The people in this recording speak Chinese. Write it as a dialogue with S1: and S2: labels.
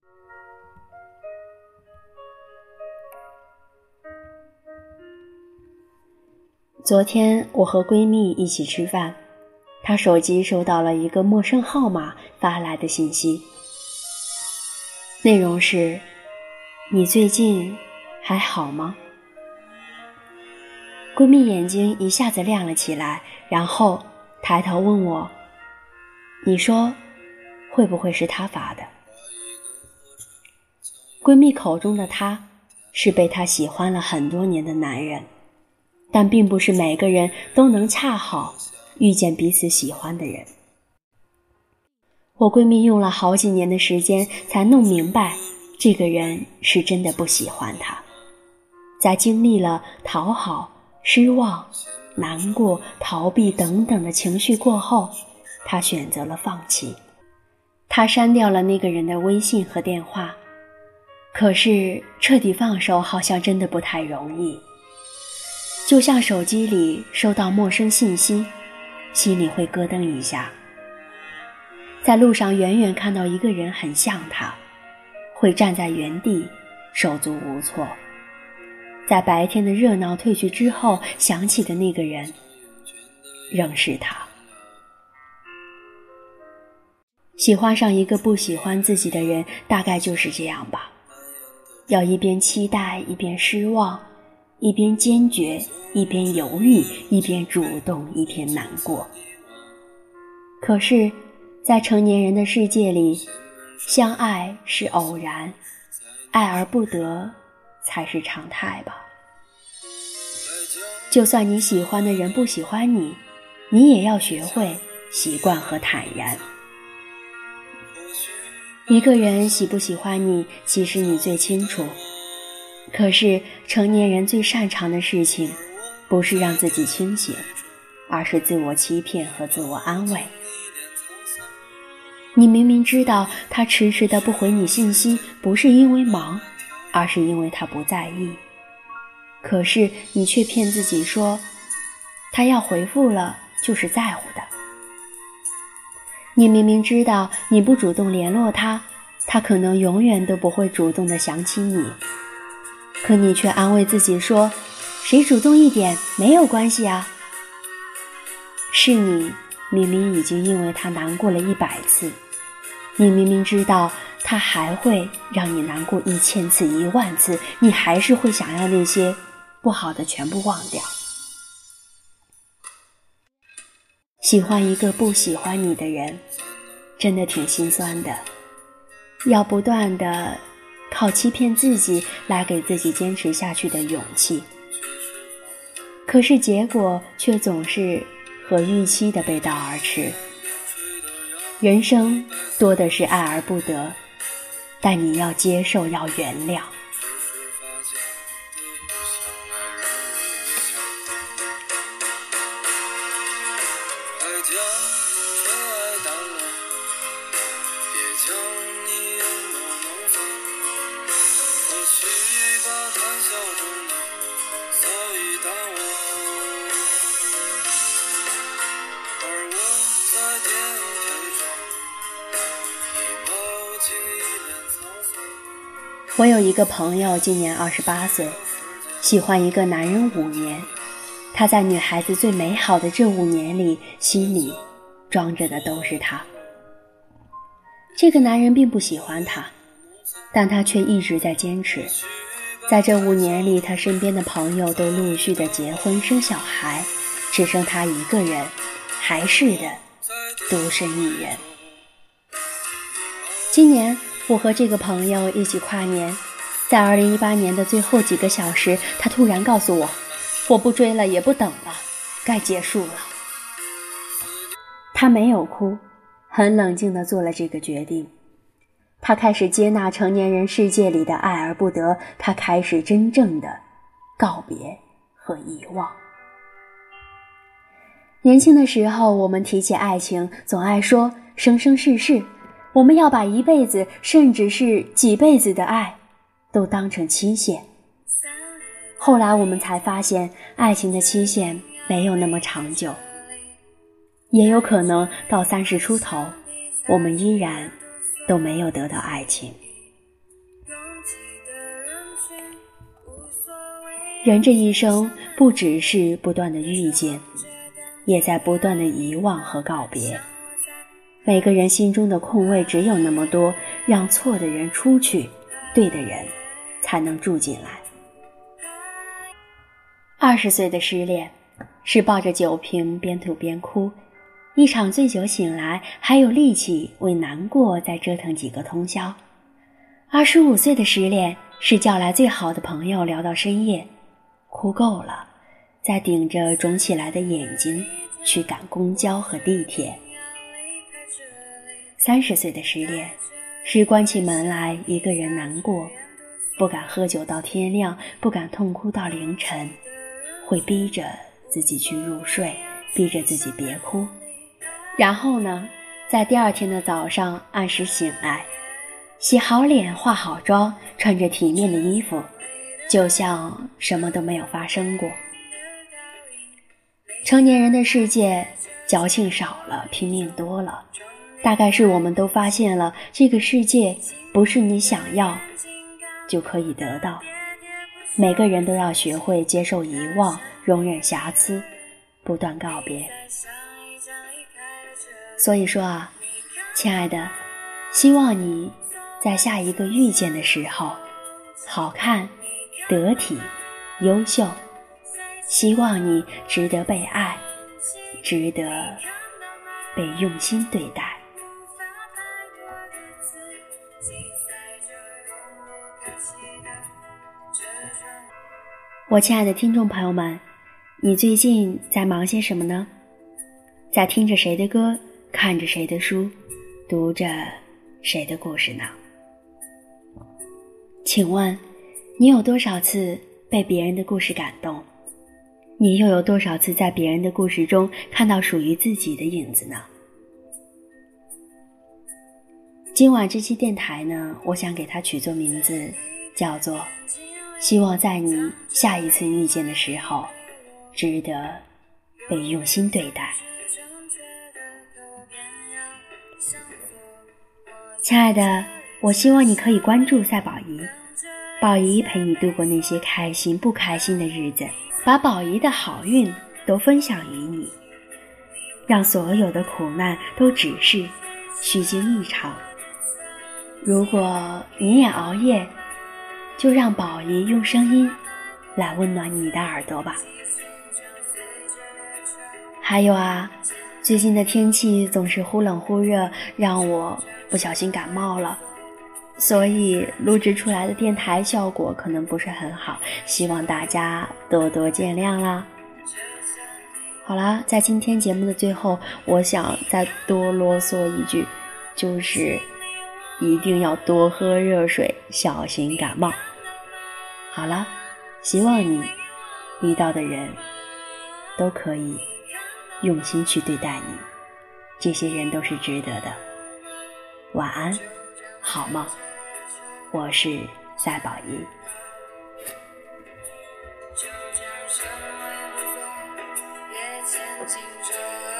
S1: 昨天我和闺蜜一起吃饭，她手机收到了一个陌生号码发来的信息，内容是：你最近还好吗？闺蜜眼睛一下子亮了起来，然后抬头问我，你说会不会是他发的？闺蜜口中的他是被她喜欢了很多年的男人，但并不是每个人都能恰好遇见彼此喜欢的人。我闺蜜用了好几年的时间才弄明白，这个人是真的不喜欢她。在经历了讨好、失望、难过、逃避等等的情绪过后，她选择了放弃。她删掉了那个人的微信和电话，可是彻底放手好像真的不太容易。就像手机里收到陌生信息，心里会咯噔一下。在路上远远看到一个人很像他，会站在原地手足无措。在白天的热闹退去之后，想起的那个人仍是他。喜欢上一个不喜欢自己的人，大概就是这样吧，要一边期待一边失望，一边坚决一边犹豫，一边主动一边难过。可是在成年人的世界里，相爱是偶然，爱而不得才是常态吧。就算你喜欢的人不喜欢你，你也要学会习惯和坦然。一个人喜不喜欢你，其实你最清楚。可是成年人最擅长的事情，不是让自己清醒，而是自我欺骗和自我安慰。你明明知道他迟迟的不回你信息，不是因为忙，而是因为他不在意。可是你却骗自己说，他要回复了就是在乎的。你明明知道你不主动联络他，他可能永远都不会主动的想起你。可你却安慰自己说，谁主动一点没有关系啊。是你明明已经因为他难过了100次，你明明知道他还会让你难过1000次10000次，你还是会想要那些不好的全部忘掉。喜欢一个不喜欢你的人，真的挺心酸的，要不断的靠欺骗自己来给自己坚持下去的勇气。可是结果却总是和预期的背道而驰。人生多的是爱而不得，但你要接受，要原谅。我有一个朋友今年28岁，喜欢一个男人5年，他在女孩子最美好的这5年里，心里装着的都是他。这个男人并不喜欢他，但他却一直在坚持。在这5年里，他身边的朋友都陆续的结婚生小孩，只剩他一个人，还是的独身一人。今年我和这个朋友一起跨年，在2018年的最后几个小时，他突然告诉我，我不追了也不等了，该结束了。他没有哭，很冷静地做了这个决定。他开始接纳成年人世界里的爱而不得，他开始真正的告别和遗忘。年轻的时候，我们提起爱情，总爱说生生世世，我们要把一辈子甚至是几辈子的爱都当成期限。后来我们才发现，爱情的期限没有那么长久，也有可能到30出头，我们依然都没有得到爱情。 人这一生不只是不断的遇见，也在不断的遗忘和告别。每个人心中的空位只有那么多，让错的人出去，对的人才能住进来。20岁的失恋，是抱着酒瓶边吐边哭，一场醉酒醒来，还有力气为难过再折腾几个通宵。25岁的失恋，是叫来最好的朋友聊到深夜，哭够了，再顶着肿起来的眼睛去赶公交和地铁。30岁的失恋，是关起门来一个人难过，不敢喝酒到天亮，不敢痛哭到凌晨，会逼着自己去入睡，逼着自己别哭。然后呢，在第二天的早上按时醒来，洗好脸，化好妆，穿着体面的衣服，就像什么都没有发生过。成年人的世界，矫情少了，拼命多了。大概是我们都发现了，这个世界不是你想要就可以得到。每个人都要学会接受遗忘，容忍瑕疵，不断告别。所以说啊，亲爱的，希望你在下一个遇见的时候，好看、得体、优秀。希望你值得被爱，值得被用心对待。我亲爱的听众朋友们，你最近在忙些什么呢？在听着谁的歌，看着谁的书，读着谁的故事呢？请问你有多少次被别人的故事感动？你又有多少次在别人的故事中看到属于自己的影子呢？今晚这期电台呢，我想给它取作名字，叫做希望在你下一次遇见的时候，值得被用心对待。亲爱的，我希望你可以关注赛宝仪，宝仪陪你度过那些开心不开心的日子，把宝仪的好运都分享于你，让所有的苦难都只是虚惊一场。如果你也熬夜，就让宝仪用声音来温暖你的耳朵吧。还有啊，最近的天气总是忽冷忽热，让我不小心感冒了，所以录制出来的电台效果可能不是很好，希望大家多多见谅啦。好啦，在今天节目的最后，我想再多啰嗦一句，就是一定要多喝热水，小心感冒。好了，希望你遇到的人都可以用心去对待你，这些人都是值得的。晚安，好梦。我是赛宝仪。就这样相爱不做，也前进着